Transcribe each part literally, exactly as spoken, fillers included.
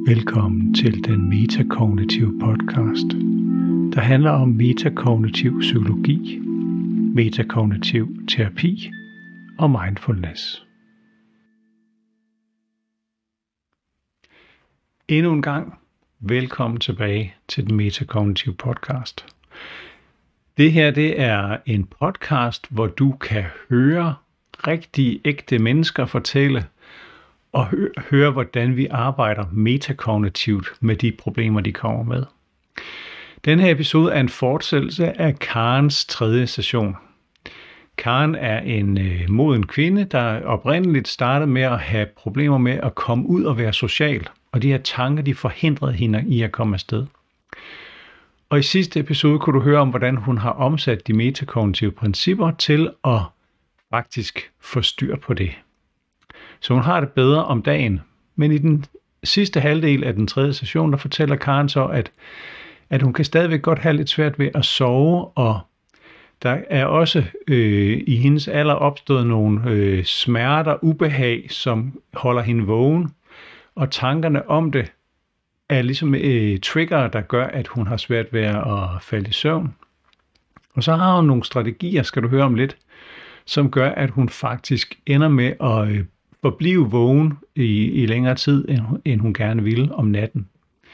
Velkommen til den metakognitive podcast, der handler om metakognitiv psykologi, metakognitiv terapi og mindfulness. Endnu en gang, velkommen tilbage til den metakognitive podcast. Det her det er en podcast, hvor du kan høre rigtige, ægte mennesker fortælle og hø- høre, hvordan vi arbejder metakognitivt med de problemer, de kommer med. Den her episode er en fortsættelse af Karens tredje session. Karen er en øh, moden kvinde, der oprindeligt startede med at have problemer med at komme ud og være social, og de her tanker, de forhindrede hende i at komme afsted. Og i sidste episode kunne du høre om, hvordan hun har omsat de metakognitive principper til at faktisk få styr på det. Så hun har det bedre om dagen. Men i den sidste halvdel af den tredje session, der fortæller Karen så, at, at hun kan stadigvæk godt have lidt svært ved at sove, og der er også øh, i hendes alder opstået nogle øh, smerter, ubehag, som holder hende vågen, og tankerne om det er ligesom øh, trigger, der gør, at hun har svært ved at falde i søvn. Og så har hun nogle strategier, skal du høre om lidt, som gør, at hun faktisk ender med at øh, forblive vågen i, i længere tid, end, end hun gerne ville om natten.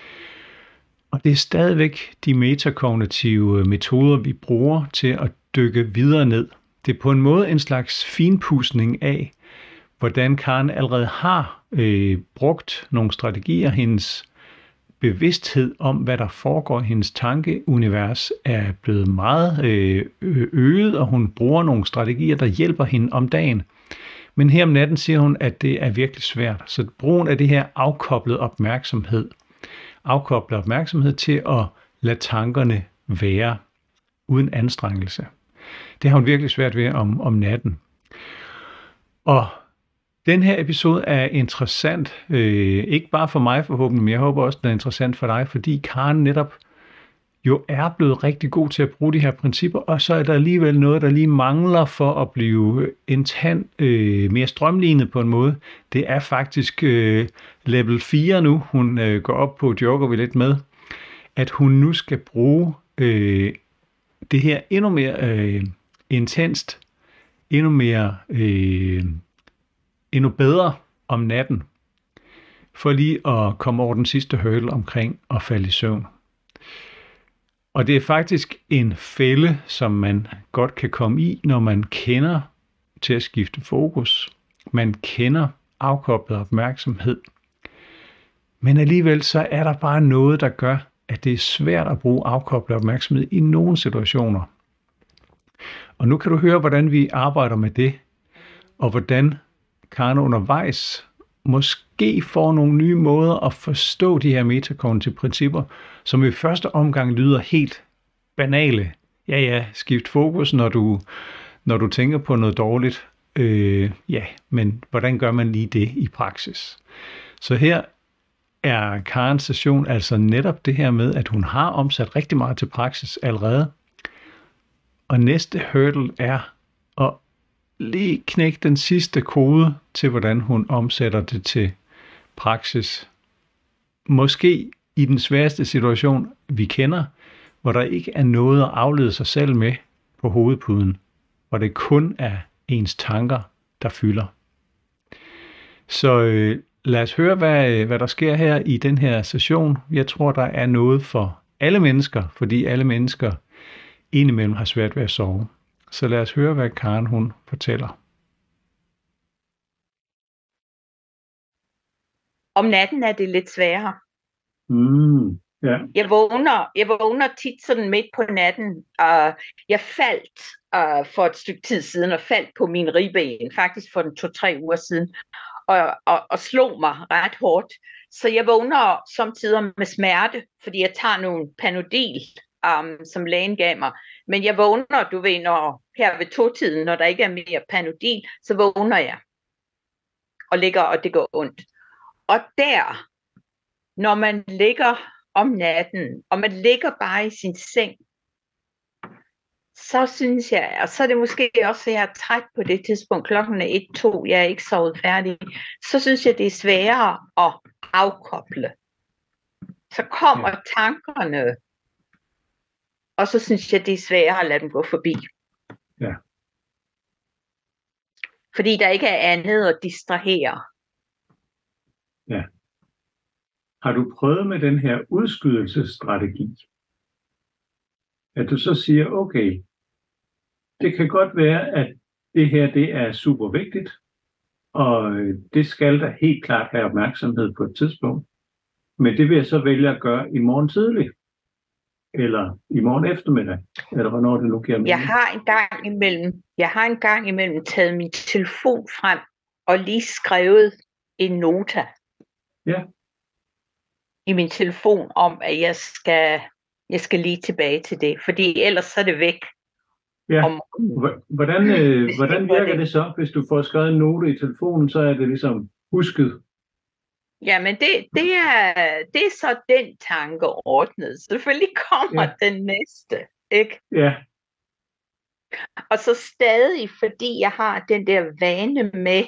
Og det er stadigvæk de metakognitive metoder, vi bruger til at dykke videre ned. Det er på en måde en slags finpudsning af, hvordan Karen allerede har øh, brugt nogle strategier. Hendes bevidsthed om, hvad der foregår i hendes tankeunivers, er blevet meget øh, øget, og hun bruger nogle strategier, der hjælper hende om dagen. Men her om natten siger hun, at det er virkelig svært. Så brugen af det her afkoblet opmærksomhed, afkoblet opmærksomhed til at lade tankerne være uden anstrengelse. Det har hun virkelig svært ved om, om natten. Og den her episode er interessant, øh, ikke bare for mig forhåbentlig, men jeg håber også, den er interessant for dig, fordi Karen netop jo er blevet rigtig god til at bruge de her principper, og så er der alligevel noget, der lige mangler for at blive en tand øh, mere strømlignet på en måde. Det er faktisk øh, level fire nu, hun øh, går op på, joker vi lidt med, at hun nu skal bruge øh, det her endnu mere øh, intenst, endnu mere, øh, endnu bedre om natten, for lige at komme over den sidste hurdle omkring at falde i søvn. Og det er faktisk en fælde, som man godt kan komme i, når man kender til at skifte fokus. Man kender afkoblet opmærksomhed. Men alligevel så er der bare noget, der gør, at det er svært at bruge afkoblet opmærksomhed i nogle situationer. Og nu kan du høre, hvordan vi arbejder med det, og hvordan Karen undervejs måske får nogle nye måder at forstå de her metakognitive principper, som i første omgang lyder helt banale. Ja, ja, skift fokus, når du, når du tænker på noget dårligt. Øh, ja, men hvordan gør man lige det i praksis? Så her er Karens session altså netop det her med, at hun har omsat rigtig meget til praksis allerede. Og næste hurdle er at lige knække den sidste kode til, hvordan hun omsætter det til praksis. Måske i den sværeste situation, vi kender, hvor der ikke er noget at aflede sig selv med på hovedpuden, hvor det kun er ens tanker, der fylder. Så øh, lad os høre, hvad, hvad der sker her i den her session. Jeg tror, der er noget for alle mennesker, fordi alle mennesker indimellem har svært ved at sove. Så lad os høre, hvad Karen hun fortæller. Om natten er det lidt sværere. Mm, ja. Jeg vågner, jeg vågner tit sådan midt på natten, og jeg faldt uh, for et stykke tid siden, og faldt på min ribben, faktisk for den to-tre uger siden, og, og, og slog mig ret hårdt. Så jeg vågner samtidig med smerte, fordi jeg tager nogle Panodil, um, som lægen gav mig. Men jeg vågner, du ved, når, her ved to-tiden, når der ikke er mere Panodil, så vågner jeg og ligger, og det går ondt. Og der, når man ligger om natten, og man ligger bare i sin seng, så synes jeg, og så er det måske også, at jeg er træt på det tidspunkt, klokken er et to, jeg er ikke sovet færdig, så synes jeg, det er sværere at afkoble. så kommer Ja. tankerne, og så synes jeg, det er sværere at lade dem gå forbi. Ja. Fordi der ikke er andet at distrahere. Ja. Har du prøvet med den her udskydelsesstrategi? At du så siger, okay, det kan godt være, at det her det er super vigtigt, og det skal der helt klart have opmærksomhed på et tidspunkt. Men det vil jeg så vælge at gøre i morgen tidlig, eller i morgen eftermiddag, eller hvornår det nu giver mening. Jeg har en gang imellem, jeg har en gang imellem taget min telefon frem og lige skrevet en nota Ja. i min telefon om, at jeg skal, jeg skal lige tilbage til det, fordi ellers er det væk. Ja. Om, Hvordan, øh, hvordan virker det så, hvis du får skrevet en note i telefonen, så er det ligesom husket? Jamen det, det, er, det er så den tanke ordnet. Selvfølgelig kommer Ja. den næste, ikke? Ja. Og så stadig, fordi jeg har den der vane med,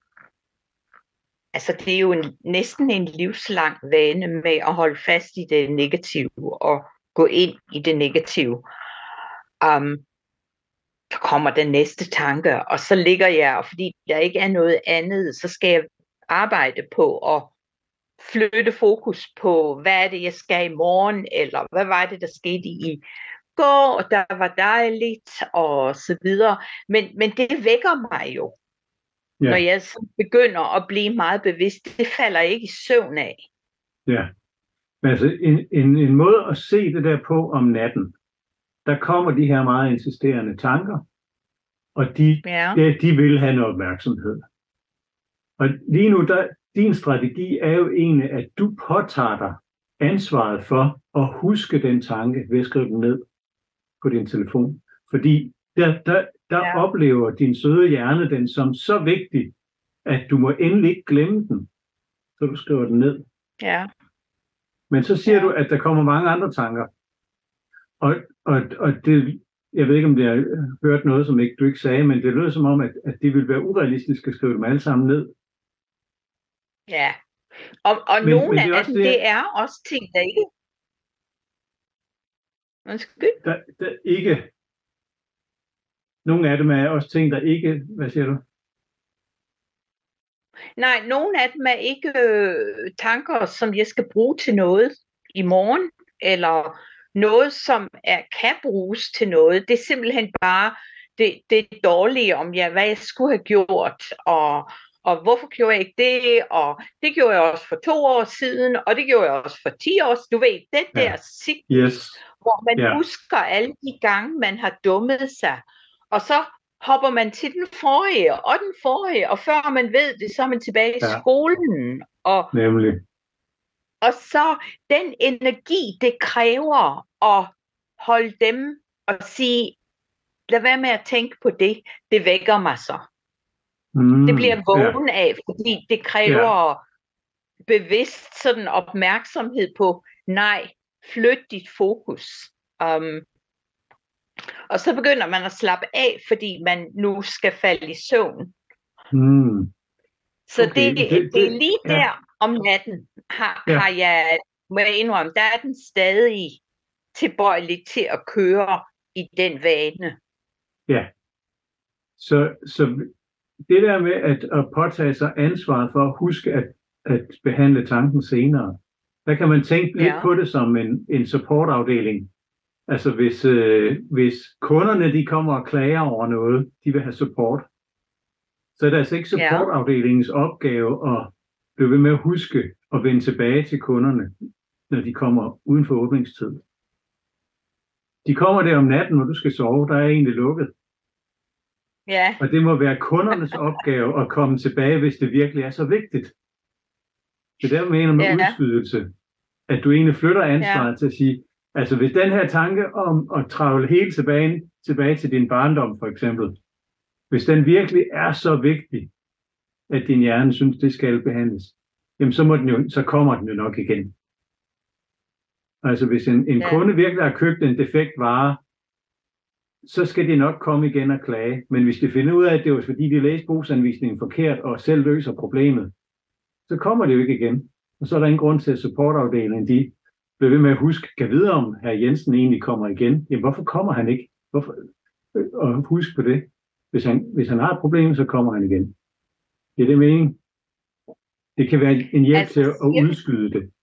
altså det er jo en, næsten en livslang vane med at holde fast i det negative og gå ind i det negative. Um, så kommer den næste tanke, og så ligger jeg, og fordi der ikke er noget andet, så skal jeg arbejde på at flytte fokus på, hvad er det, jeg skal i morgen, eller hvad var det, der skete i går, og der var dejligt, og så videre. Men, men det vækker mig jo, ja. Når jeg begynder at blive meget bevidst. Det falder ikke i søvn af. Ja, men altså en, en, en måde at se det der på om natten, der kommer de her meget insisterende tanker, og de, ja. de, de vil have noget opmærksomhed. Og lige nu, der, din strategi er jo egentlig, at du påtager dig ansvaret for at huske den tanke ved at skrive den ned på din telefon. Fordi der, der, der ja. oplever din søde hjerne den som så vigtig, at du må endelig ikke glemme den, så du skriver den ned. Ja. Men så siger ja. du, at der kommer mange andre tanker. Og, og, og det, jeg ved ikke, om det har hørt noget, som ikke, du ikke sagde, men det lød som om, at, at det ville være urealistisk at skrive dem alle sammen ned. Ja, og, og men, nogle men af dem, det, det er også ting, der ikke... Der, der ikke... Nogle af dem er også ting, der ikke... Hvad siger du? Nej, nogle af dem er ikke øh, tanker, som jeg skal bruge til noget i morgen, eller noget, som er, kan bruges til noget. Det er simpelthen bare det, det dårlige om, ja, hvad jeg skulle have gjort, og... Og hvorfor gjorde jeg ikke det? Og det gjorde jeg også for to år siden, og det gjorde jeg også for ti år siden. Du ved, det der ja. cyklus, yes. hvor man yeah. husker alle de gange, man har dummet sig. Og så hopper man til den forrige, og den forrige, og før man ved det, så er man tilbage i ja. skolen. Og, Nemlig. Og så den energi, det kræver at holde dem og sige, lad være med at tænke på det, det vækker mig så. Mm, det bliver vågen yeah. af, fordi det kræver yeah. bevidst sådan opmærksomhed på, nej, flyt dit fokus. Um, og så begynder man at slappe af, fordi man nu skal falde i søvn. Mm. Så okay. det, det, det, det er lige der yeah. om natten, har, yeah. har jeg, må jeg indrømme, der er den stadig tilbøjelig til at køre i den vane. Ja, yeah. så, så det der med at, at påtage sig ansvaret for at huske at, at behandle tanken senere, der kan man tænke lidt ja. på det som en, en supportafdeling. Altså hvis, øh, hvis kunderne de kommer og klager over noget, de vil have support, så er det altså ikke supportafdelingens ja. opgave at blive ved med at huske og vende tilbage til kunderne, når de kommer uden for åbningstid. De kommer der om natten, når du skal sove, der er egentlig lukket. Ja. Og det må være kundernes opgave at komme tilbage, hvis det virkelig er så vigtigt. Det der mener med ja. udskydelse, at du egentlig flytter ansvaret ja. til at sige, altså hvis den her tanke om at travle helt tilbage, tilbage til din barndom for eksempel, hvis den virkelig er så vigtig, at din hjerne synes, det skal behandles, jamen så, må den jo, så kommer den jo nok igen. Altså hvis en, en ja. kunde virkelig har købt en defekt vare, så skal de nok komme igen og klage. Men hvis de finder ud af, at det var fordi, de læste brugsanvisningen forkert og selv løser problemet, så kommer det jo ikke igen. Og så er der ingen grund til, at supportafdelingen de bliver ved med at huske, kan vide om hr. Jensen egentlig kommer igen. Jamen, hvorfor kommer han ikke? Hvorfor? Og husk på det. Hvis han, hvis han har et problem, så kommer han igen. Det er det mening. Det kan være en hjælp altså, til at udskyde det.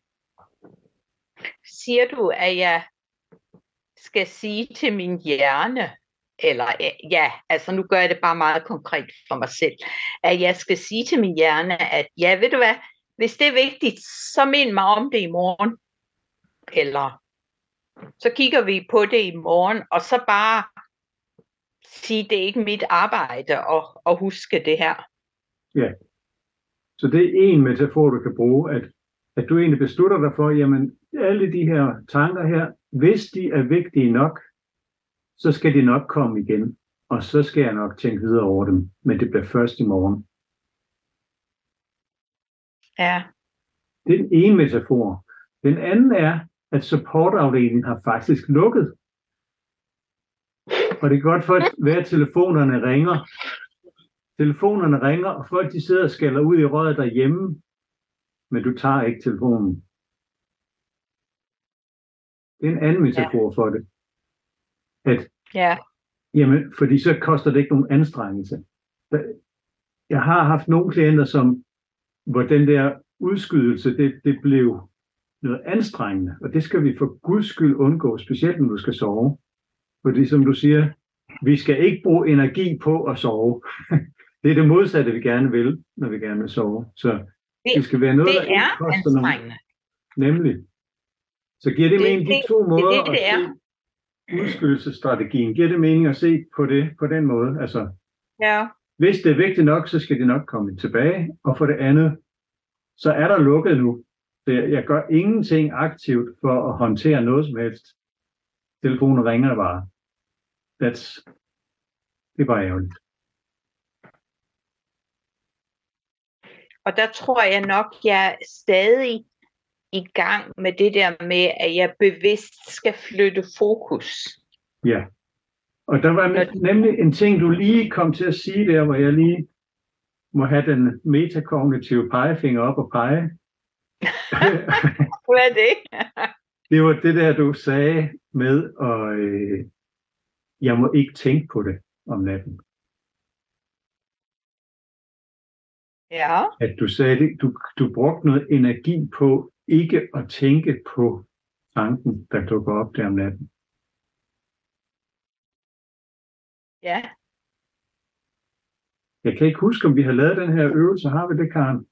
Siger du, at jeg skal sige til min hjerne, eller ja, altså nu gør jeg det bare meget konkret for mig selv, at jeg skal sige til min hjerne, at ja, ved du hvad, hvis det er vigtigt, så mind mig om det i morgen. Eller så kigger vi på det i morgen, og så bare sige, det er ikke mit arbejde at, at huske det her. Ja, så det er en metafor, du kan bruge, at, at du egentlig beslutter dig for, jamen alle de her tanker her, hvis de er vigtige nok, så skal de nok komme igen, og så skal jeg nok tænke videre over dem, men det bliver først i morgen. Ja. Det er den ene metafor. Den anden er, at supportafdelingen har faktisk lukket. Og det er godt for, at hver telefonerne ringer. Telefonerne ringer, og folk de sidder og skælder ud i røret derhjemme, men du tager ikke telefonen. Det er en anden metafor ja. For det. At, ja. Jamen, fordi så koster det ikke nogen anstrengelse. Jeg har haft nogle klienter, som, hvor den der udskydelse, det, det blev noget anstrengende, og det skal vi for Guds skyld undgå, specielt når du skal sove. Fordi som du siger, vi skal ikke bruge energi på at sove. Det er det modsatte, vi gerne vil, når vi gerne vil sove. Så det, det skal være noget, det der ikke koster anstrengende. Nogen. Nemlig. Så giver det, det mening, de to måder det, det, det at se udskydelsesstrategien, giver det mening at se på det på den måde? Altså, ja. Hvis det er vigtigt nok, så skal de nok komme tilbage, og for det andet, så er der lukket nu. Så jeg, jeg gør ingenting aktivt for at håndtere noget som helst. Telefonen ringer bare. That's, det er bare ærgerligt. Og der tror jeg nok, jeg er stadig i gang med det der med, at jeg bevidst skal flytte fokus. Ja, og der var nemlig en ting, du lige kom til at sige der, hvor jeg lige må have den metakognitive pegefinger op og pege. Hvad er det? Det var det der, du sagde med, at øh, jeg må ikke tænke på det om natten. Ja. At du sagde det, du, du brugte noget energi på ikke at tænke på tanken, der dukker op der om natten. Ja. Jeg kan ikke huske, om vi har lavet den her øvelse. Har vi det, Karen?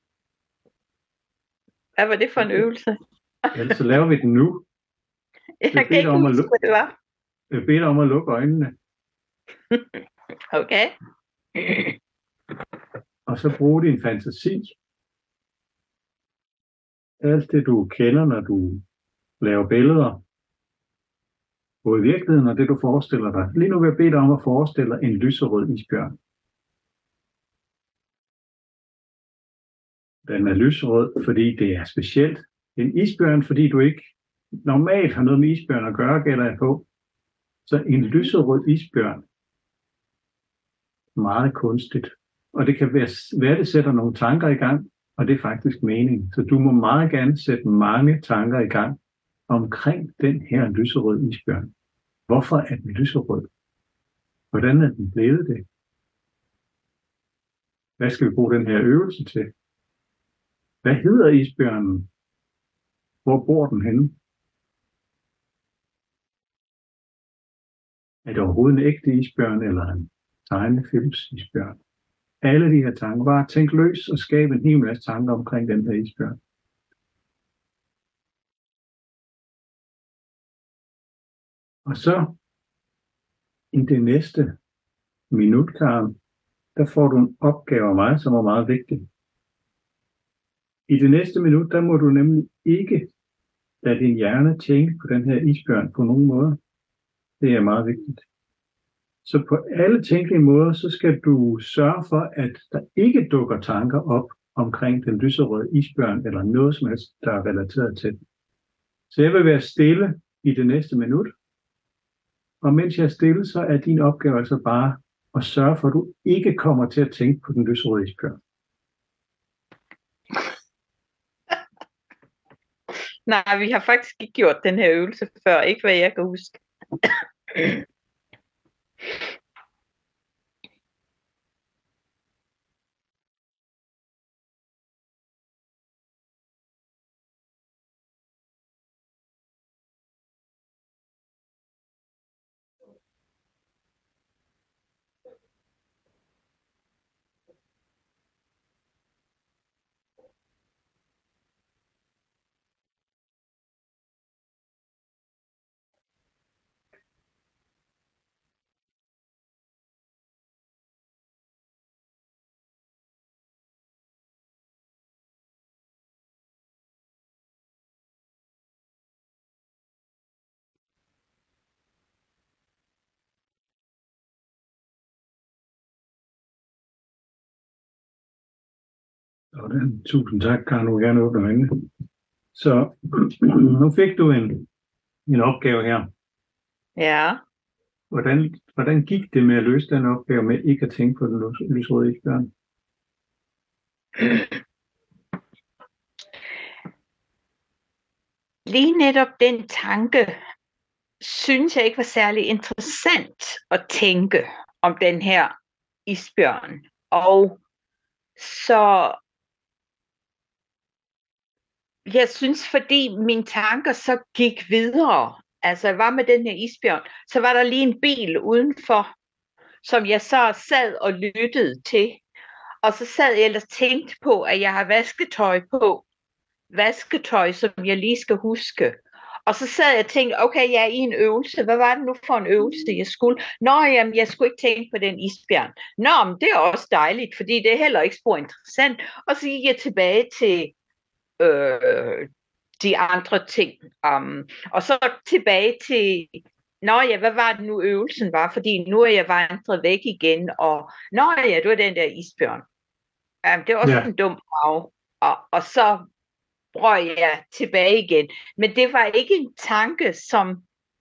Hvad var det for en øvelse? Ja, så laver vi den nu. Jeg, jeg kan ikke huske, hvad det var. Jeg beder dig om at lukke øjnene. Okay. Og så brug din fantasi. Alt det, du kender, når du laver billeder. Både i virkeligheden og det, du forestiller dig. Lige nu vil jeg bede dig om at forestille dig en lyserød isbjørn. Den er lyserød, fordi det er specielt. En isbjørn, fordi du ikke normalt har noget med isbjørn at gøre, gælder jeg på. Så en lyserød isbjørn. Meget kunstigt. Og det kan være, at det sætter nogle tanker i gang, og det er faktisk meningen. Så du må meget gerne sætte mange tanker i gang omkring den her lyserød isbjørn. Hvorfor er den lyserød? Hvordan er den blevet det? Hvad skal vi bruge den her øvelse til? Hvad hedder isbjørnen? Hvor bor den henne? Er det overhovedet en ægte isbjørn eller en tegnefilms isbjørn? Alle de her tanker. Bare tænk løs og skabe en hel masse tanker omkring den her isbjørn. Og så i det næste minut, Karen, der får du en opgave af mig, som er meget vigtig. I det næste minut, der må du nemlig ikke lade din hjerne tænke på den her isbjørn på nogen måde. Det er meget vigtigt. Så på alle tænkelige måder, så skal du sørge for, at der ikke dukker tanker op omkring den lyserøde isbjørn, eller noget som helst, der er relateret til den. Så jeg vil være stille i det næste minut. Og mens jeg er stille, så er din opgave altså bare at sørge for, at du ikke kommer til at tænke på den lyserøde isbjørn. Nej, vi har faktisk ikke gjort den her øvelse før, ikke hvad jeg kan huske. Sådan. Tusind tak, Karen. Du vil gerne åbne øjnene. Så nu fik du en, en opgave her. Ja. Hvordan, hvordan gik det med at løse den opgave med ikke at tænke på den lys- lysrøde isbjørn? Lige netop den tanke, synes jeg ikke var særlig interessant at tænke om den her isbjørn. Og så jeg synes, fordi mine tanker så gik videre, altså jeg var med den her isbjørn, så var der lige en bil udenfor, som jeg så sad og lyttede til. Og så sad jeg ellers tænkte på, at jeg har vasketøj på. Vasketøj, som jeg lige skal huske. Og så sad jeg og tænkte, okay, jeg er i en øvelse. Hvad var det nu for en øvelse, jeg skulle? Nå, jamen, jeg skulle ikke tænke på den isbjørn. Nå, men det er også dejligt, fordi det er heller ikke spor interessant. Og så gik jeg tilbage til øh, de andre ting. Um, og så tilbage til, nå ja, hvad var det nu øvelsen var? Fordi nu er jeg vandret væk igen. Og nå ja, det var den der isbjørn. Um, det var også Ja. en dum farve. Og, og så røg jeg tilbage igen. Men det var ikke en tanke, som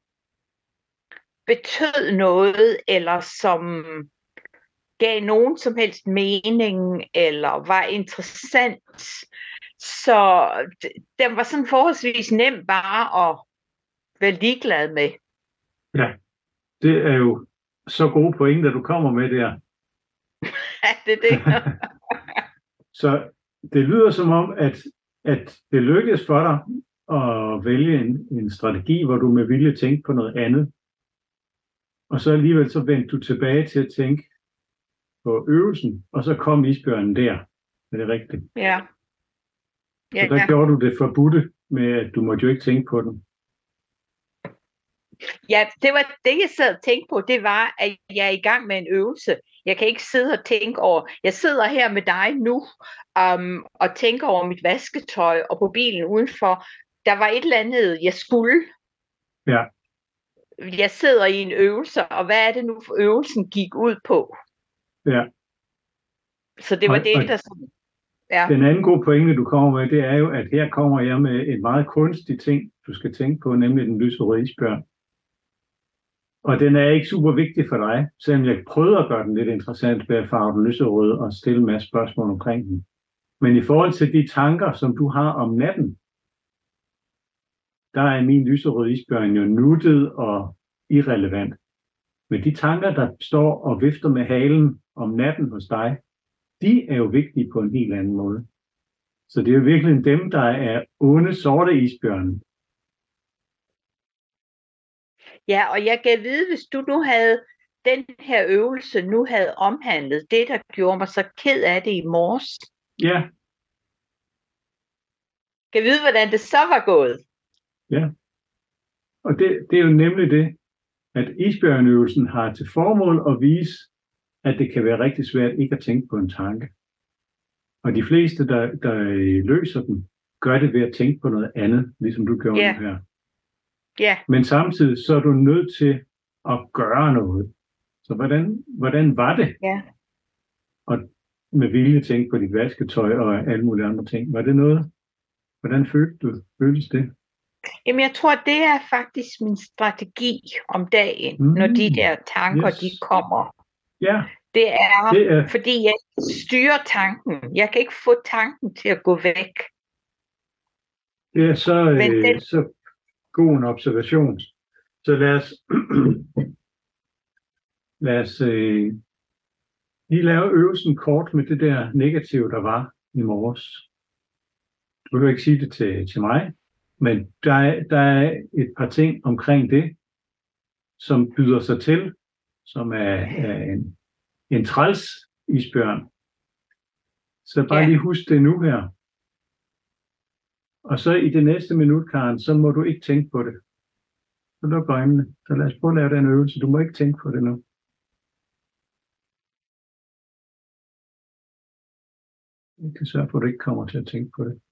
betød noget, eller som gav nogen som helst mening, eller var interessant. Så den var sådan forholdsvis nem bare at være ligeglad med. Ja, det er jo så gode pointer, du kommer med der. Ja, det er det. Så det lyder som om, at, at det lykkedes for dig at vælge en, en strategi, hvor du med vilje tænkte på noget andet. Og så alligevel så vendte du tilbage til at tænke på øvelsen, og så kom isbjørnen der. Er det rigtigt? Ja. Ja, så der ja. gjorde du det forbudte med, at du måtte jo ikke tænke på den. Ja, det var det, jeg sad og tænkte på, det var, at jeg er i gang med en øvelse. Jeg kan ikke sidde og tænke over, jeg sidder her med dig nu, um, og tænker over mit vasketøj, og på bilen udenfor, der var et eller andet, jeg skulle. Ja. Jeg sidder i en øvelse, og hvad er det nu, for øvelsen gik ud på? Ja. Så det var og, det, og der sådan... Ja. Den anden gode pointe, du kommer med, det er jo, at her kommer jeg med en meget kunstig ting, du skal tænke på, nemlig den lyserøde isbjørn. Og den er ikke super vigtig for dig, selvom jeg prøvede at gøre den lidt interessant ved at farve den lyserød og stille en masse spørgsmål omkring den. Men i forhold til de tanker, som du har om natten, der er min lyserøde isbjørn jo nuttet og irrelevant. Men de tanker, der står og vifter med halen om natten hos dig, de er jo vigtige på en helt anden måde. Så det er jo virkelig dem, der er onde, sorte isbjørne. Ja, og jeg kan vide, hvis du nu havde den her øvelse nu havde omhandlet det, der gjorde mig så ked af det i morges. Ja. Kan vide, hvordan det så var gået. Ja. Og det, det er jo nemlig det, at isbjørneøvelsen har til formål at vise, at det kan være rigtig svært ikke at tænke på en tanke. Og de fleste, der, der løser den, gør det ved at tænke på noget andet, ligesom du gjorde Ja. nu her. Ja. Men samtidig så er du nødt til at gøre noget. Så hvordan, hvordan var det? Ja. Og med vilje tænke på dit vasketøj og alle mulige andre ting. Var det noget? Hvordan følte du? Føltes det? Jamen, jeg tror, det er faktisk min strategi om dagen, mm. når de der tanker, yes. de kommer. Ja. Det er, det er, fordi jeg styrer tanken. Jeg kan ikke få tanken til at gå væk. Det er så, øh, den... så god en observation. Så lad os, lad os øh, lige lave øvelsen kort med det der negative, der var i morges. Du behøver ikke sige det til, til mig, men der er, der er et par ting omkring det, som byder sig til, som er, er en, en træls isbjørn. Så bare ja. lige husk det nu her. Og så i det næste minut, Karen, så må du ikke tænke på det. Så luk øjnene. Så lad os prøve at lave den øvelse. Du må ikke tænke på det nu. Jeg kan sørge for, at du ikke kommer til at tænke på det.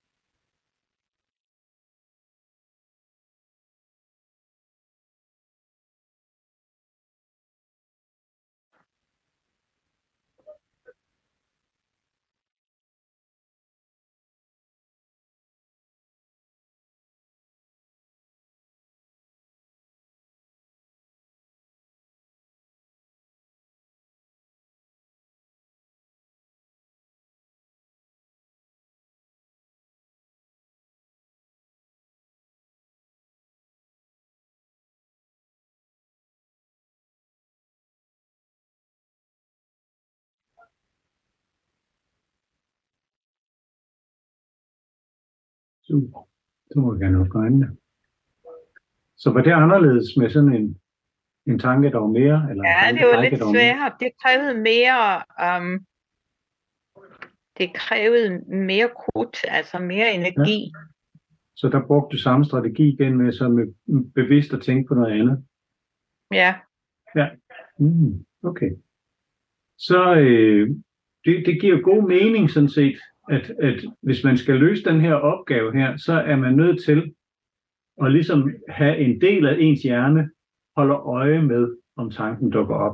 Super. Så må vi gerne lukke øjnene. Så var det anderledes med sådan en, en tanke, der var mere? Eller ja, tanke, det var tanke, lidt sværere. Det krævede mere, um, det krævede mere krudt, altså mere energi. Ja. Så der brugte du samme strategi igen med, så med bevidst at tænke på noget andet? Ja. Ja, mm, okay. Så øh, det, det giver god mening sådan set, at, at hvis man skal løse den her opgave her, så er man nødt til at ligesom have en del af ens hjerne holder øje med, om tanken dukker op.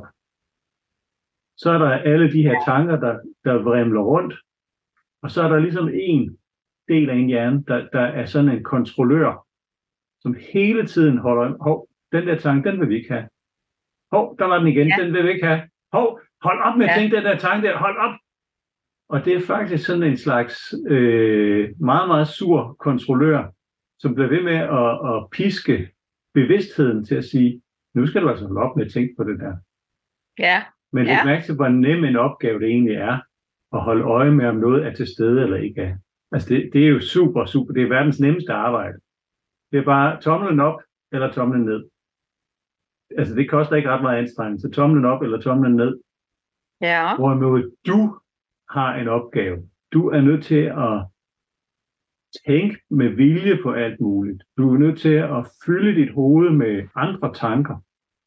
Så er der alle de her tanker, der, der vrimler rundt, og så er der ligesom en del af en hjerne, der, der er sådan en kontrollør, som hele tiden holder, hov, den der tanke, den vil vi ikke have. Hov, der var den igen, ja. Den vil vi ikke have. Hov, hold op med at ja. tænke den der tanke der, hold op! Og det er faktisk sådan en slags øh, meget, meget sur kontrollør, som bliver ved med at, at piske bevidstheden til at sige, nu skal du altså holde op med at tænke på det der. Ja. Men læg ja. mærke til, hvor nem en opgave det egentlig er, at holde øje med, om noget er til stede eller ikke er. Altså det, det er jo super, super, det er verdens nemmeste arbejde. Det er bare tomlen op eller tomlen ned. Altså det koster ikke ret meget anstrengelse. Tomlen op eller tomlen ned. Ja. Hvorimod du har en opgave. Du er nødt til at tænke med vilje på alt muligt. Du er nødt til at fylde dit hoved med andre tanker.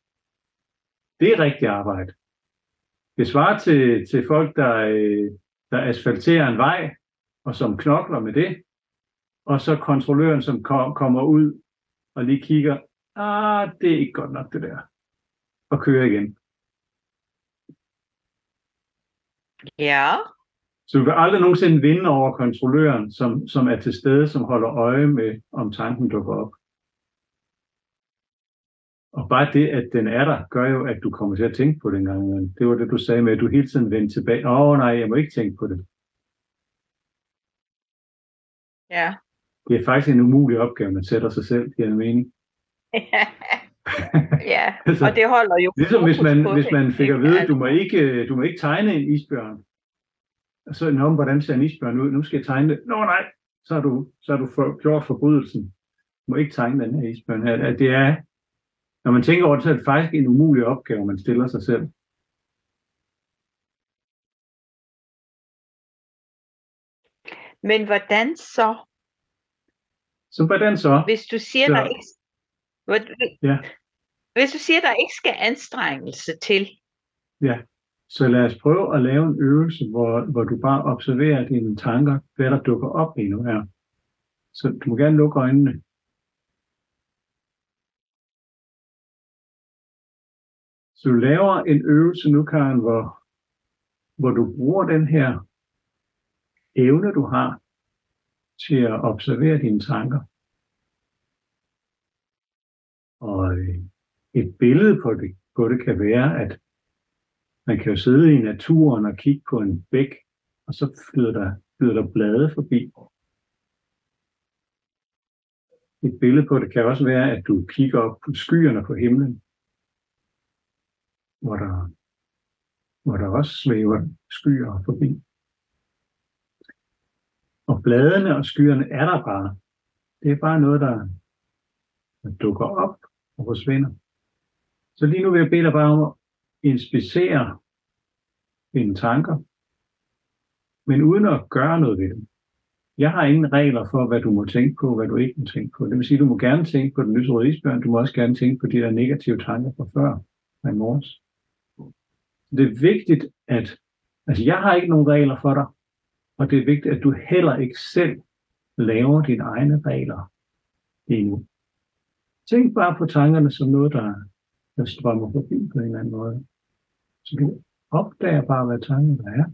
Det er rigtig arbejde. Det svarer til, til folk, der, der asfalterer en vej, og som knokler med det, og så kontrolløren, som kom, kommer ud og lige kigger, ah, det er ikke godt nok det der, og kører igen. Ja. Så du kan aldrig nogensinde vinde over kontrolløren, som, som er til stede, som holder øje med, om tanken dukker op. Og bare det, at den er der, gør jo, at du kommer til at tænke på det en gang. Det var det, du sagde med, at du hele tiden vendte tilbage. Åh oh, nej, jeg må ikke tænke på det. Ja. Det er faktisk en umulig opgave, man sætter sig selv, giver det mening. Ja, altså, og det holder jo ligesom hvis man, hvis man fik at vide, at du må ikke, du må ikke tegne en isbjørn. Og så, nå, hvordan ser en isbjørn ud? Nu skal jeg tegne det. Nå nej, så har du, så har du for, gjort forbrydelsen. Du må ikke tegne den her isbjørn her. At det er, når man tænker over det, så er det faktisk en umulig opgave, man stiller sig selv. Men hvordan så? Så hvordan så? Hvis du siger, så, der ikke... Ja. Hvis du siger, der ikke skal anstrengelse til. Ja, så lad os prøve at lave en øvelse, hvor, hvor du bare observerer dine tanker, hvad der dukker op lige nu her. Så du må gerne lukke øjnene. Så du laver en øvelse nu, Karen, hvor, hvor du bruger den her evne, du har til at observere dine tanker. Og et billede på det, på det kan være, at man kan jo sidde i naturen og kigge på en bæk, og så flyder der, flyder der blade forbi. Et billede på det kan også være, at du kigger op på skyerne på himlen, hvor der, hvor der også svæver skyer forbi. Og bladene og skyerne er der bare. Det er bare noget, der, der dukker op og forsvinder. Så lige nu vil jeg bede dig bare om at inspicere dine tanker, men uden at gøre noget ved dem. Jeg har ingen regler for, hvad du må tænke på, hvad du ikke må tænke på. Det vil sige, at du må gerne tænke på den lyserøde isbjørn, du må også gerne tænke på de der negative tanker fra før, fra i morges. Det er vigtigt, at altså jeg har ikke nogen regler for dig, og det er vigtigt, at du heller ikke selv laver dine egne regler lige nu. Tænk bare på tankerne som noget, der, der strømmer forbi på en eller anden måde. Så du opdager bare, hvad tankerne er.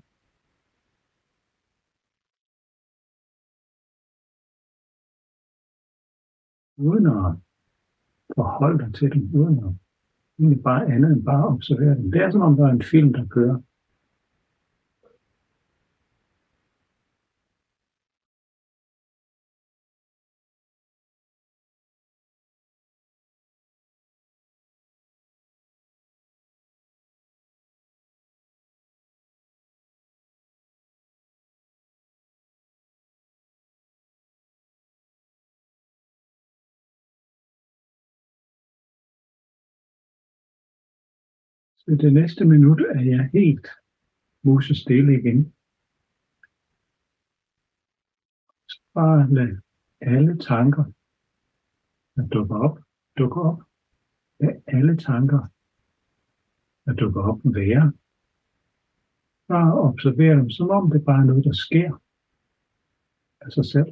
Uden at forholde dig til dem, uden at egentlig bare andet end bare observere dem. Det er som om, der er en film, der kører. Så det næste minut er jeg helt musestille igen. Så bare lad alle tanker, der dukker op, dukker op. Lad alle tanker, der dukker op, være. Bare observer dem, som om det bare er noget, der sker af sig selv.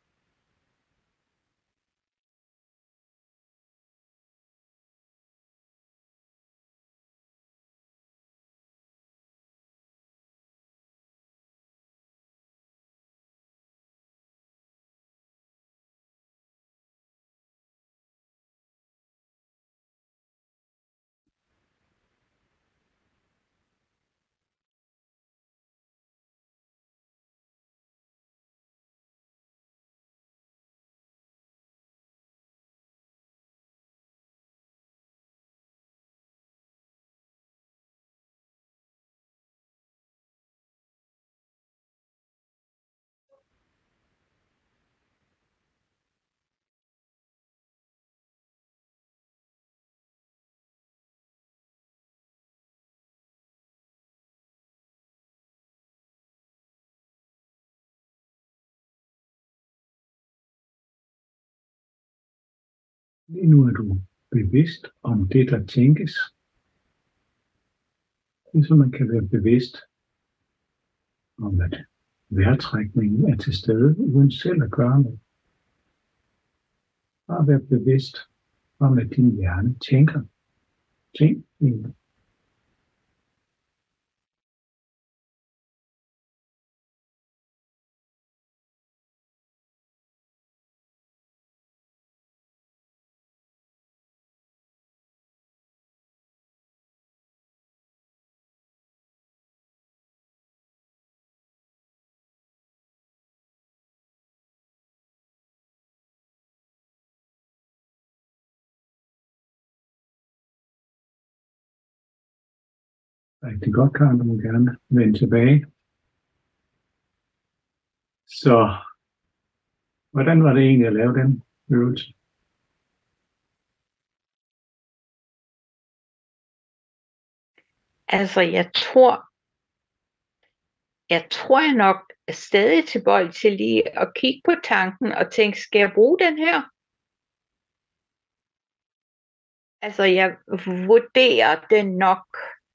Lige nu er du bevidst om det, der tænkes. Ligesom man kan være bevidst om, at vejrtrækningen er til stede, uden selv at gøre noget. Bare være bevidst om, at din hjerne tænker ting. Rigtig godt, Karen, du må gerne vende tilbage. Så, hvordan var det egentlig at lave den øvelse? Altså, jeg tror, jeg tror jeg nok er stadig tilbøjelig til lige at kigge på tanken og tænke, skal jeg bruge den her? Altså, jeg vurderer den nok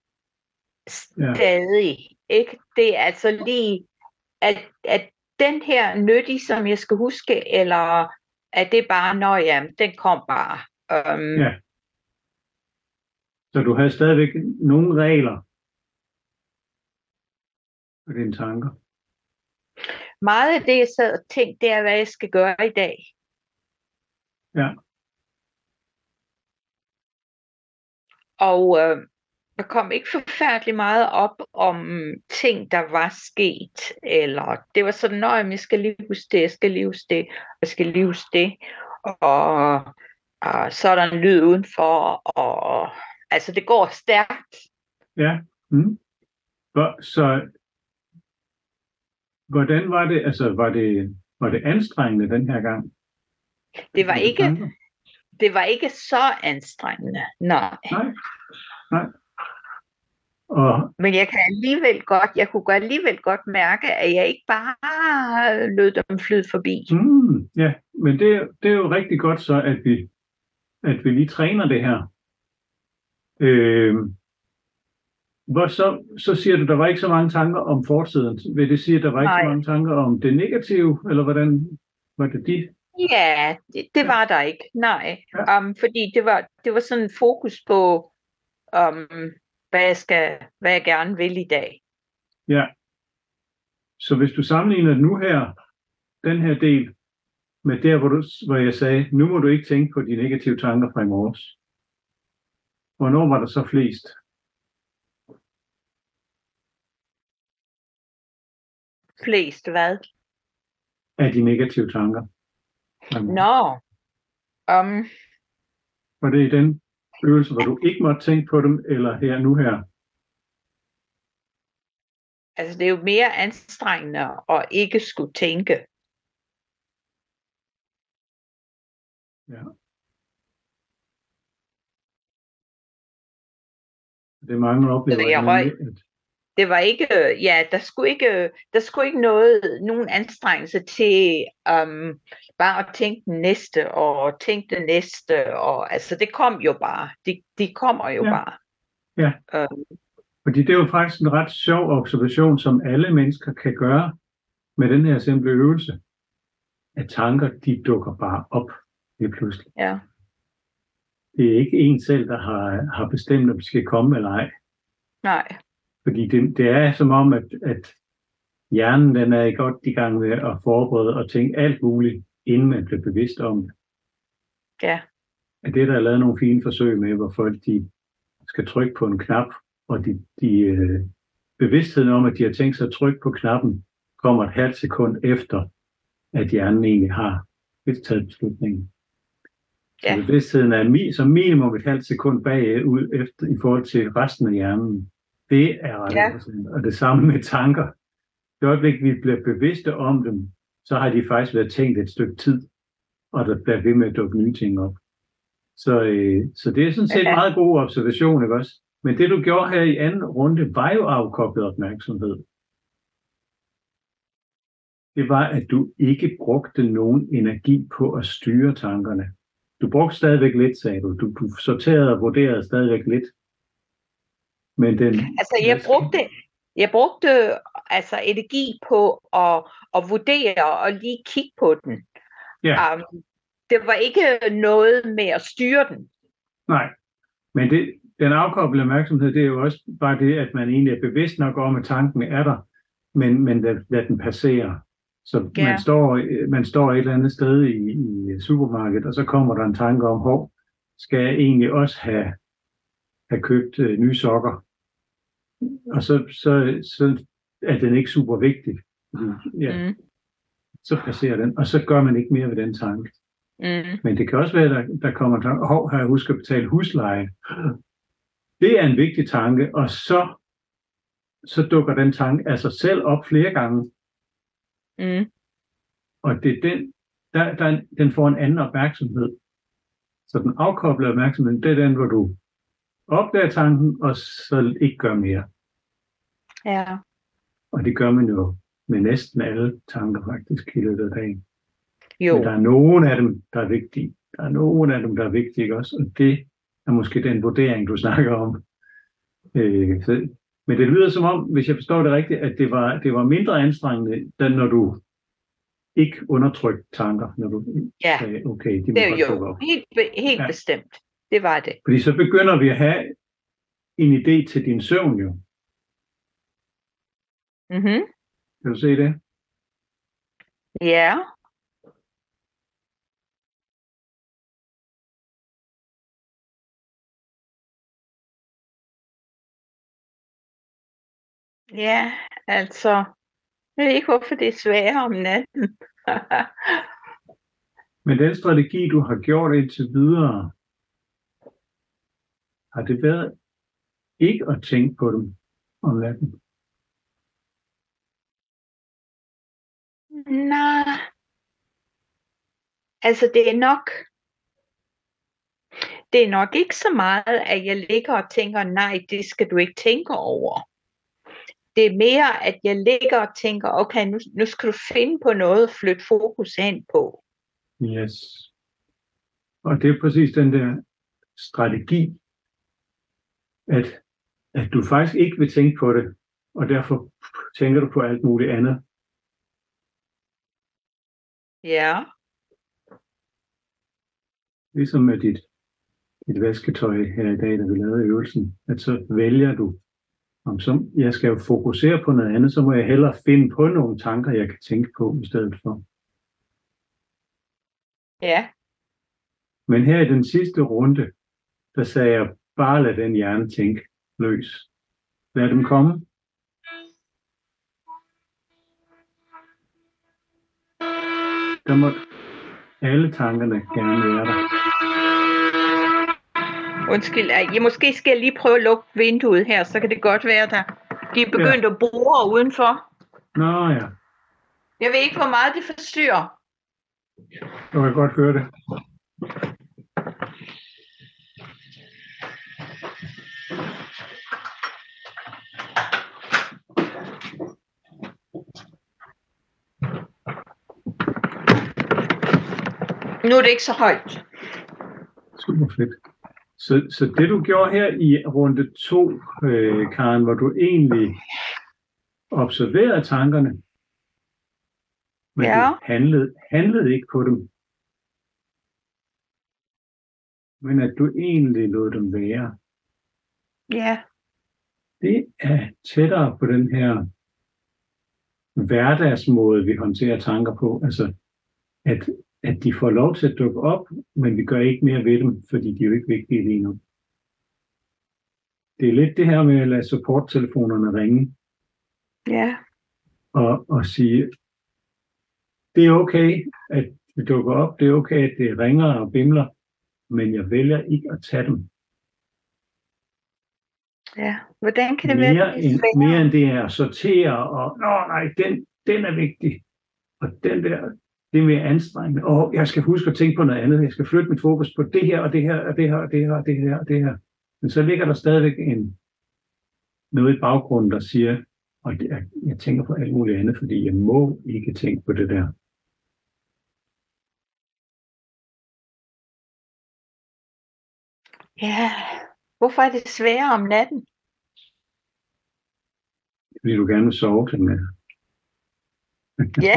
stadig. Ja. Ikke? Det er altså lige, at, at den her nyttig, som jeg skal huske, eller at det bare, nå ja, den kom bare. Um, ja. Så du har stadigvæk nogle regler for dine tanker? Meget af det, jeg sad og tænkte, det er, hvad jeg skal gøre i dag. Ja. Og øh, der kom ikke forfærdeligt meget op om ting, der var sket, eller det var sådan, at jeg skal lige huske det, jeg skal lige huske det, jeg skal lige huske det. og, og så er der en lyd udenfor, og altså det går stærkt. Ja. Mm. Hvor, så hvordan var det, altså var det, var det anstrengende den her gang? Det var Var det ikke, tanker? det var ikke så anstrengende, nej. Nej, nej. Og Men jeg kan alligevel godt, jeg kunne alligevel godt mærke, at jeg ikke bare lod dem flyde forbi. mm, ja, men det, det er jo rigtig godt så, at vi, at vi lige træner det her. Øh, hvor så, så siger du, der var ikke så mange tanker om fortiden. Vil det sige, at der var ikke Nej. så mange tanker om det negative, eller hvordan var det de? Ja, det, det var der ikke, nej. Ja. Um, fordi det var, det var sådan en fokus på, um, hvad, jeg skal, hvad jeg gerne vil i dag. Ja. Så hvis du sammenligner nu her, den her del, med der, hvor, du, hvor jeg sagde, nu må du ikke tænke på de negative tanker fra i morges. Hvornår var der så flest? Flest hvad? Af de negative tanker. Nå. Um, Var det i den øvelse, hvor du ikke måtte tænke på dem, eller her nu her? altså det er jo mere anstrengende at ikke skulle tænke. Ja. Det er mange oplever. Så jeg røg. At... Det var ikke, ja, der skulle ikke, der skulle ikke noget, nogen anstrengelse til um, bare at tænke den næste, og tænke det næste, og altså det kom jo bare, de, de kommer jo Ja. bare. Ja, Um, fordi det er jo faktisk en ret sjov observation, som alle mennesker kan gøre med den her simple øvelse, at tanker, de dukker bare op lige pludselig. ja, Det er ikke en selv, der har, har bestemt, om de skal komme eller ej. nej, Fordi det, det er som om, at, at hjernen den er godt i gang med at forberede og tænke alt muligt, inden man bliver bevidst om det. ja, At det, der er lavet nogle fine forsøg med, hvor folk de skal trykke på en knap, og de, de øh, bevidstheden om, at de har tænkt sig at trykke på knappen, kommer et halvt sekund efter, at hjernen egentlig har taget beslutningen. ja, Så bevidstheden er mi, som minimum et halvt sekund bagud efter, i forhold til resten af hjernen. Det er ret Ja. interessant. Og det samme med tanker. Det øjeblik, vi bliver bevidste om dem, så har de faktisk været tænkt et stykke tid, og der bliver ved med at dukke nye ting op. Så, øh, så det er sådan set en Ja. meget god observation, ikke også? Men det, du gjorde her i anden runde, var jo afkoblet opmærksomhed. Det var, at du ikke brugte nogen energi på at styre tankerne. Du brugte stadigvæk lidt, sagde du. Du, du sorterede og vurderede stadigvæk lidt. Men den... altså jeg brugte, jeg brugte altså energi på at, at vurdere og lige kigge på den. Ja. Um, det var ikke noget med at styre den. Nej, men det, den afkoblede opmærksomhed, det er jo også bare det, at man egentlig er bevidst nok om, at tanken er der, men, men lad, lad den passere. Så Ja. man, står, man står et eller andet sted i, i supermarkedet, og så kommer der en tanke om, hov, skal jeg egentlig også have, have købt øh, nye sokker? Og så, så, så er den ikke super vigtig. Fordi, ja, Mm. så passerer den, og så gør man ikke mere ved den tanke. Mm. Men det kan også være, at der, der kommer en tanke, hov, har jeg husket at betale husleje? Det er en vigtig tanke, og så, så dukker den tanke af sig selv op flere gange. Mm. Og det er den, der, der, den får en anden opmærksomhed. Så den afkoblede opmærksomhed, det er den, hvor du opdager tanken, og så ikke gør mere. Ja. Og det gør man jo med næsten alle tanker faktisk i løbet af dagen. Jo. Men der er nogen af dem, der er vigtige. Der er nogen af dem, der er vigtige, ikke også? Og det er måske den vurdering, du snakker om. Øh, så, men det lyder som om, hvis jeg forstår det rigtigt, at det var, det var mindre anstrengende, end når du ikke undertrykte tanker, når du Ja. sagde, okay, de må Det er godt dukke jo op. helt, be- helt Ja. bestemt. Det var det. Fordi så begynder vi at have en idé til din søvn jo. Mhm. Kan du se det? Ja. Ja, altså, jeg ved ikke, hvorfor det er sværere om natten. Men den strategi, du har gjort indtil videre, har det været ikke at tænke på dem om natten? Nej, altså det er nok, det er nok ikke så meget, at jeg ligger og tænker, nej, det skal du ikke tænke over. Det er mere, at jeg ligger og tænker, okay, nu, nu skal du finde på noget at flytte fokus hen på. Yes. Og det er præcis den der strategi, at, at du faktisk ikke vil tænke på det, og derfor tænker du på alt muligt andet. Ja. Ligesom med dit, dit vasketøj her i dag, da vi lavede øvelsen, at så vælger du, om så jeg skal jo fokusere på noget andet, så må jeg hellere finde på nogle tanker, jeg kan tænke på i stedet for. Ja. Men her i den sidste runde, der sagde jeg, bare lad den hjerne tænke løs. Lad dem komme. Der må alle tankerne gerne være der. Undskyld, jeg, måske skal jeg lige prøve at lukke vinduet her, så kan det godt være, der de er begyndt ja. at bore udenfor. Nå ja. Jeg ved ikke, hvor meget det forstyrrer. Du kan godt høre det. Nu er det ikke så højt. Super fedt. Så, så det du gjorde her i runde to, øh, Karen, hvor du egentlig observerede tankerne, men ja. du handlede, handlede ikke på dem. Men at du egentlig lod dem være. Ja. Det er tættere på den her hverdagsmåde, vi håndterer tanker på. Altså, at, at de får lov til at dukke op, men vi gør ikke mere ved dem, fordi de er jo ikke vigtige lige nu. Det er lidt det her med at lade supporttelefonerne ringe. Ja. Og, og sige, det er okay, at det dukker op, det er okay, at det ringer og bimler, men jeg vælger ikke at tage dem. Ja, hvordan kan det mere være, det end, mere end det er at sortere, og nå nej, den, den er vigtig, og den der, det er mere anstrengende, og jeg skal huske at tænke på noget andet, jeg skal flytte mit fokus på det her, og det her, og det her, og det her, og det her, og det her. Men så ligger der stadigvæk en, noget i baggrunden, der siger, og jeg, jeg tænker på alt muligt andet, fordi jeg må ikke tænke på det der. Ja, hvorfor er det sværere om natten? Fordi du gerne vil sove til med. Ja.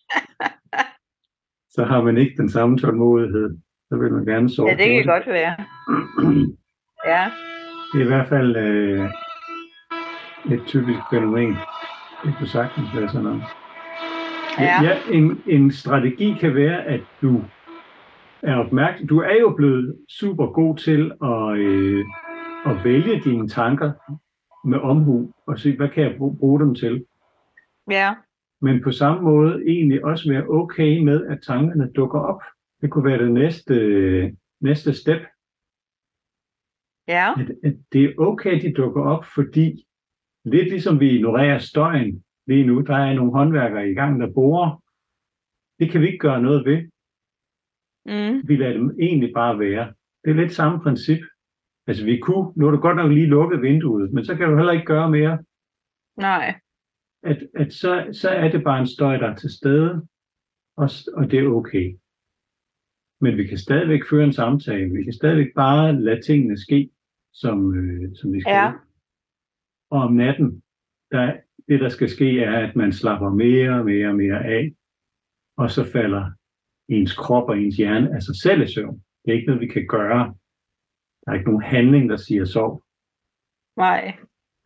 Så har man ikke den samme tålmodighed. Så vil man gerne sove. Ja, det kan godt være. Ja. Det er i hvert fald øh, et typisk fænomen. Det kunne sagtens være sådan noget. Ja. Ja, en, en strategi kan være, at du er opmærksom. Du er jo blevet super god til at, øh, at vælge dine tanker med omhu og se, hvad kan jeg bruge dem til. Ja. Men på samme måde egentlig også være okay med, at tankerne dukker op. Det kunne være det næste, næste step. Ja. At, at det er okay, at de dukker op, fordi lidt ligesom vi ignorerer støjen lige nu, der er nogle håndværkere i gang, der borer. Det kan vi ikke gøre noget ved. Mm. Vi lader dem egentlig bare være. Det er lidt samme princip. Altså vi kunne, nu er du godt nok lige lukket vinduet, men så kan du heller ikke gøre mere. Nej. At, at så, så er det bare en støj, der er til stede, og, og det er okay. Men vi kan stadigvæk føre en samtale. Vi kan stadigvæk bare lade tingene ske, som, øh, som vi skal. Ja. Og om natten, der, det der skal ske, er, at man slapper mere og mere og mere af, og så falder ens krop og ens hjerne af sig selv i søvn. Det er ikke noget, vi kan gøre. Der er ikke nogen handling, der siger sov. Nej.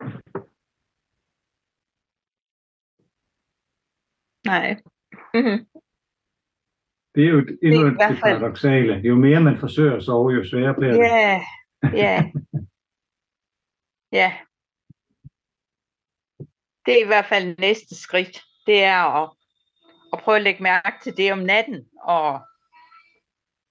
Nej. Mm-hmm. Det er jo endnu et det paradoksale. Jo mere man forsøger at sove, jo sværere bliver det. Ja, ja. Ja. Det er i hvert fald næste skridt. Det er at, at prøve at lægge mærke til det om natten. Og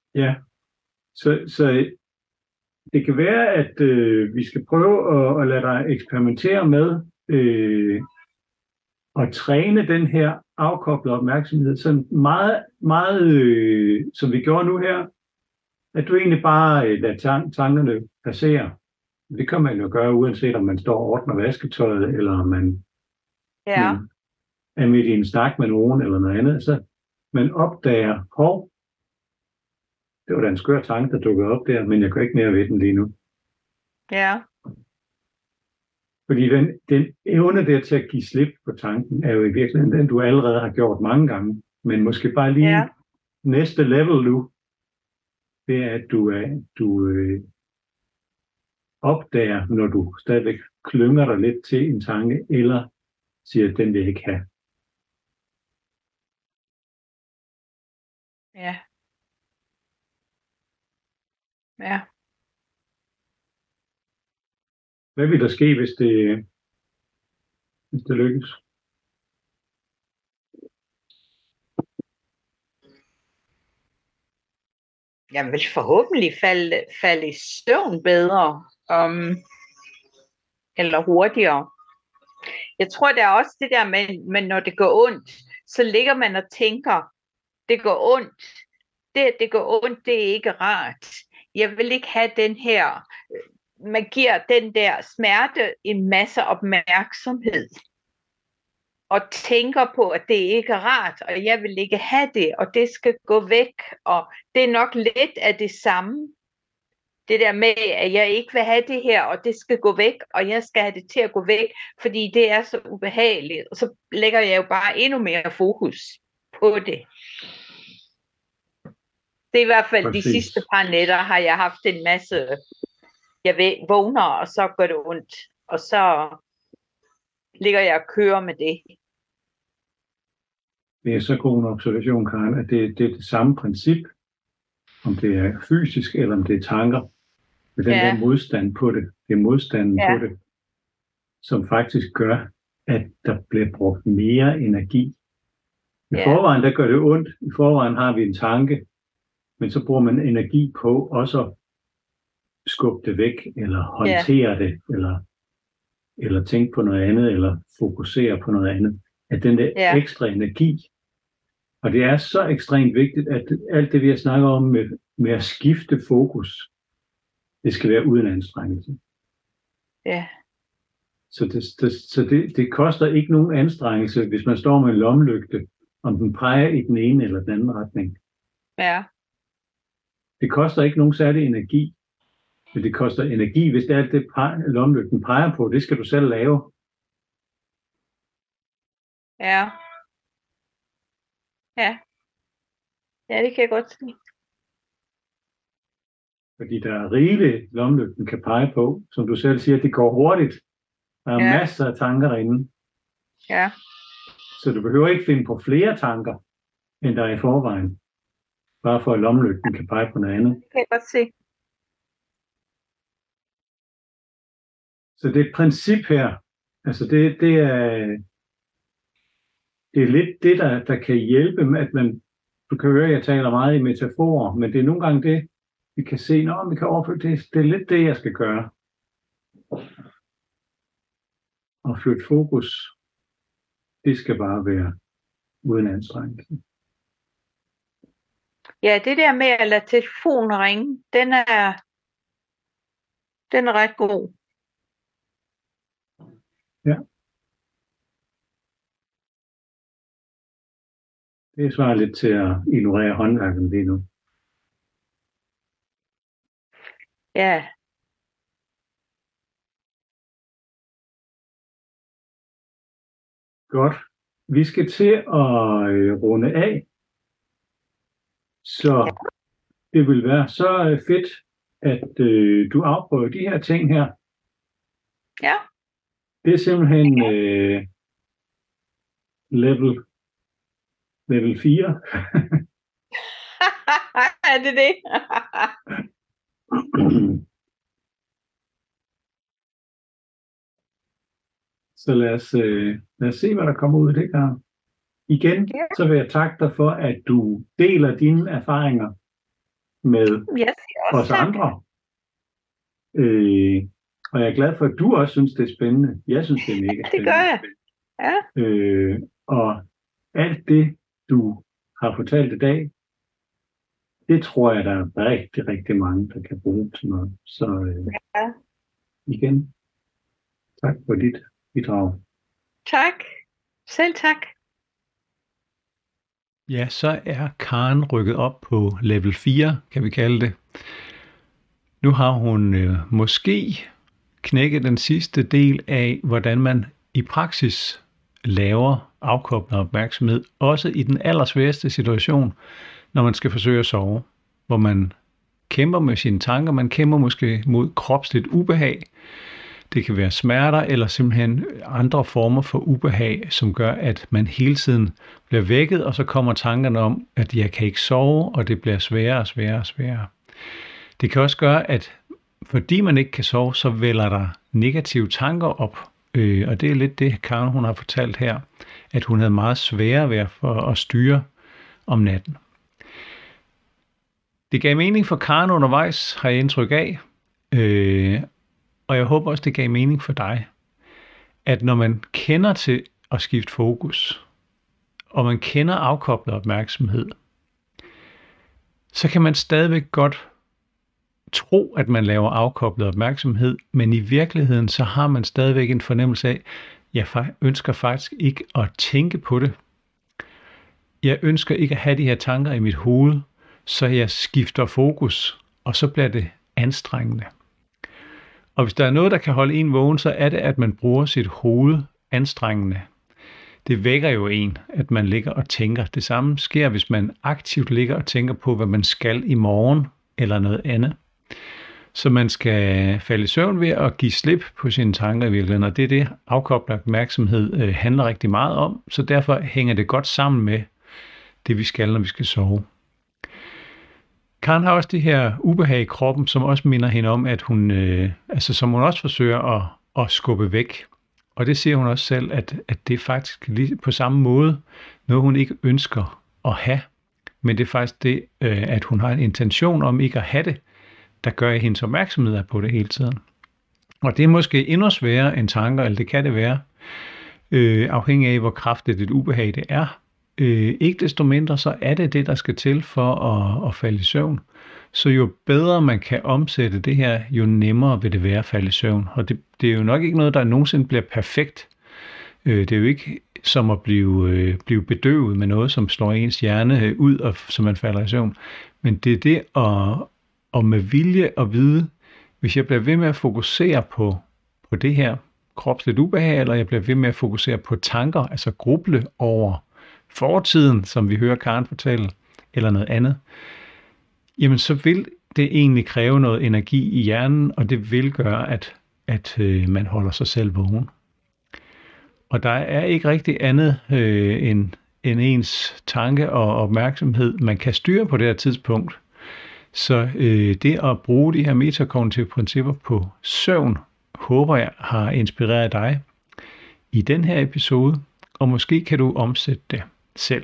Ja, så, så det kan være, at øh, vi skal prøve at, at lade dig eksperimentere med øh, at træne den her afkoblede opmærksomhed, så meget, meget øh, som vi gjorde nu her, at du egentlig bare øh, lader tan- tankerne passere. Det kan man jo gøre, uanset om man står og ordner vasketøjet, eller om man, Ja, man er midt i en snak med nogen, eller noget andet. Så man opdager, hov, det var da en skør tanke, der dukkede op der, men jeg kan ikke mere ved den lige nu. ja, Fordi den, den evne der til at give slip på tanken, er jo i virkeligheden den, du allerede har gjort mange gange. Men måske bare lige ja, næste level nu, det er, at du, er, du øh, opdager, når du stadigvæk klynger dig lidt til en tanke, eller siger, at den vil jeg ikke have. ja, ja. Hvad vil der ske, hvis det, hvis det lykkes? Jeg vil forhåbentlig falde, falde i søvn bedre, um, eller hurtigere. Jeg tror, der er også det der med, men når det går ondt, så ligger man og tænker, det går ondt. Det, det går ondt, det er ikke rart. Jeg vil ikke have den her, man giver den der smerte en masse opmærksomhed. Og tænker på, at det ikke er rart, og jeg vil ikke have det, og det skal gå væk. Og det er nok lidt af det samme. Det der med, at jeg ikke vil have det her, og det skal gå væk, og jeg skal have det til at gå væk, fordi det er så ubehageligt. Og så lægger jeg jo bare endnu mere fokus på det. Det er i hvert fald Præcis. de sidste par nætter, har jeg haft en masse, jeg ved, vågner, og så gør det ondt. Og så ligger jeg og kører med det. Det er så god en observation, Karen, at det, det er det samme princip, om det er fysisk, eller om det er tanker. Med den Ja. der modstand på det. Det er modstanden Ja. på det, som faktisk gør, at der bliver brugt mere energi. I Ja. forvejen, der gør det ondt. I forvejen har vi en tanke, men så bruger man energi på også at skubbe det væk, eller håndtere ja. det, eller, eller tænke på noget andet, eller fokusere på noget andet. At den der Ja. ekstra energi, og det er så ekstremt vigtigt, at alt det, vi har snakket om med, med at skifte fokus, det skal være uden anstrengelse. Ja. Så, det, det, så det, det koster ikke nogen anstrengelse, hvis man står med en lommelygte, om den peger i den ene eller den anden retning. Ja. Det koster ikke nogen særlig energi, men det koster energi, hvis det er alt det, lommelygten peger på. Det skal du selv lave. Ja. Ja. Ja, det kan jeg godt sige. Fordi der er rigeligt, lommelygten kan pege på. Som du selv siger, det går hurtigt. Der er Ja. masser af tanker derinde. Ja. Så du behøver ikke finde på flere tanker, end der er i forvejen. Bare for at lommelygten kan pege på noget andet. Det kan jeg godt se. Så det er et princip her. Altså det, det er det er lidt det, der, der kan hjælpe med, at man, du kan høre, at jeg taler meget i metaforer, men det er nogle gange det, vi kan se, når vi kan overføre det, det er lidt det, jeg skal gøre. Og flytte fokus, det skal bare være uden anstrengelse. Ja, det der med at lade telefonen ringe, den er, den er ret god. Ja. Det svarer lidt til at ignorere håndværken lige nu. Ja. Godt. Vi skal til at øh, runde af. Så det vil være så øh, fedt, at øh, du afprøver de her ting her. Ja. Det er simpelthen øh, level, level fire. Er det det? Så lad os, øh, lad os se, hvad der kommer ud af det her. Igen, Ja. så vil jeg takke dig for, at du deler dine erfaringer med Jeg siger også os tak. andre. Øh, og jeg er glad for, at du også synes, det er spændende. Jeg synes, det er mega Det gør spændende. jeg. Ja. Øh, og alt det, du har fortalt i dag, det tror jeg, der er rigtig, rigtig mange, der kan bruge til noget. Så øh, Ja. igen, tak for dit bidrag. Tak. Selv tak. Ja, så er Karen rykket op på level fire, kan vi kalde det. Nu har hun øh, måske knækket den sidste del af, hvordan man i praksis laver afkoblende opmærksomhed, også i den allersværeste situation, når man skal forsøge at sove, hvor man kæmper med sine tanker, man kæmper måske mod kropsligt ubehag. Det kan være smerter eller simpelthen andre former for ubehag, som gør, at man hele tiden bliver vækket, og så kommer tankerne om, at jeg kan ikke sove, og det bliver sværere og sværere og sværere. Det kan også gøre, at fordi man ikke kan sove, så vælger der negative tanker op. Øh, og det er lidt det, Karen hun har fortalt her, at hun havde meget sværere ved for at styre om natten. Det gav mening for Karen undervejs, har jeg indtryk af. Øh, og jeg håber også, det gav mening for dig, at når man kender til at skifte fokus, og man kender afkoblet opmærksomhed, så kan man stadigvæk godt tro, at man laver afkoblet opmærksomhed, men i virkeligheden så har man stadigvæk en fornemmelse af, jeg ønsker faktisk ikke at tænke på det. Jeg ønsker ikke at have de her tanker i mit hoved, så jeg skifter fokus, og så bliver det anstrengende. Og hvis der er noget, der kan holde en vågen, så er det, at man bruger sit hoved anstrengende. Det vækker jo en, at man ligger og tænker. Det samme sker, hvis man aktivt ligger og tænker på, hvad man skal i morgen, eller noget andet. Så man skal falde i søvn ved at give slip på sine tanker i virkeligheden, og det er det, afkoblet opmærksomhed øh, handler rigtig meget om, så derfor hænger det godt sammen med det, vi skal, når vi skal sove. Karen har også det her ubehag i kroppen, som også minder hende om, at hun, øh, altså som hun også forsøger at, at skubbe væk. Og det siger hun også selv, at, at det er faktisk lige på samme måde noget, hun ikke ønsker at have. Men det er faktisk det, øh, at hun har en intention om ikke at have det, der gør, at hendes opmærksomhed er på det hele tiden. Og det er måske endnu sværere end tanker, eller det kan det være, øh, afhængig af, hvor kraftigt et ubehag det er. Øh, ikke desto mindre, så er det det, der skal til for at, at falde i søvn. Så jo bedre man kan omsætte det her, jo nemmere vil det være at falde i søvn. Og det, det er jo nok ikke noget, der nogensinde bliver perfekt. Øh, det er jo ikke som at blive, øh, blive bedøvet med noget, som slår ens hjerne ud, og, så man falder i søvn. Men det er det at, at med vilje at vide, hvis jeg bliver ved med at fokusere på, på det her kropsligt ubehag, eller jeg bliver ved med at fokusere på tanker, altså gruble over fortiden, som vi hører Karen fortælle, eller noget andet, jamen så vil det egentlig kræve noget energi i hjernen, og det vil gøre, at, at øh, man holder sig selv vågen. Og der er ikke rigtig andet øh, end, end ens tanke og opmærksomhed, man kan styre på det her tidspunkt. Så øh, det at bruge de her metakognitive principper på søvn, håber jeg har inspireret dig i den her episode, og måske kan du omsætte det selv.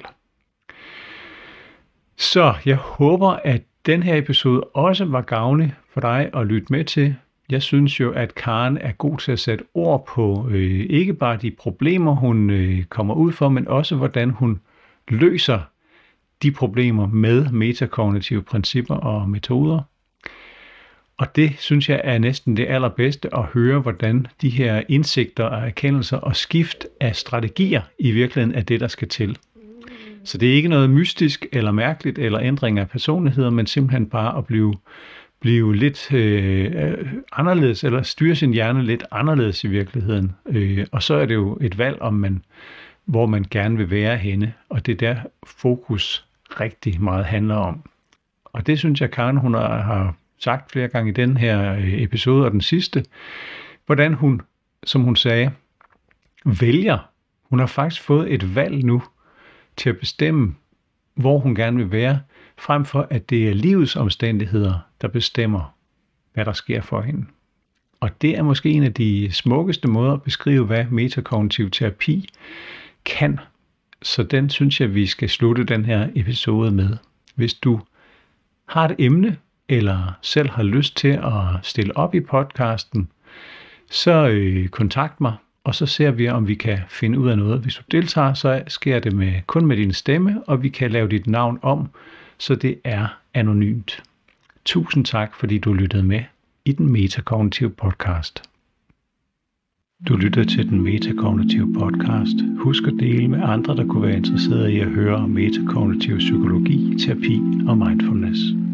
Så jeg håber, at den her episode også var gavnlig for dig at lytte med til. Jeg synes jo, at Karen er god til at sætte ord på øh, ikke bare de problemer, hun øh, kommer ud for, men også hvordan hun løser de problemer med metakognitive principper og metoder. Og det synes jeg er næsten det allerbedste at høre, hvordan de her indsigter og erkendelser og skift af strategier i virkeligheden er det, der skal til. Så det er ikke noget mystisk eller mærkeligt eller ændring af personligheder, men simpelthen bare at blive, blive lidt øh, anderledes, eller styre sin hjerne lidt anderledes i virkeligheden. Øh, og så er det jo et valg, om man, hvor man gerne vil være henne, og det er der fokus rigtig meget handler om. Og det synes jeg, Karen hun har, har sagt flere gange i den her episode og den sidste, hvordan hun, som hun sagde, vælger. Hun har faktisk fået et valg nu til at bestemme, hvor hun gerne vil være, frem for at det er livets omstændigheder, der bestemmer, hvad der sker for hende. Og det er måske en af de smukkeste måder at beskrive, hvad metakognitiv terapi kan. Så den synes jeg, vi skal slutte den her episode med. Hvis du har et emne, eller selv har lyst til at stille op i podcasten, så øh, kontakt mig, og så ser vi, om vi kan finde ud af noget. Hvis du deltager, så sker det med, kun med din stemme, og vi kan lave dit navn om, så det er anonymt. Tusind tak, fordi du lyttede med i den Metakognitive podcast. Du lytter til den Metakognitive podcast. Husk at dele med andre, der kunne være interesserede i at høre om metakognitiv psykologi, terapi og mindfulness.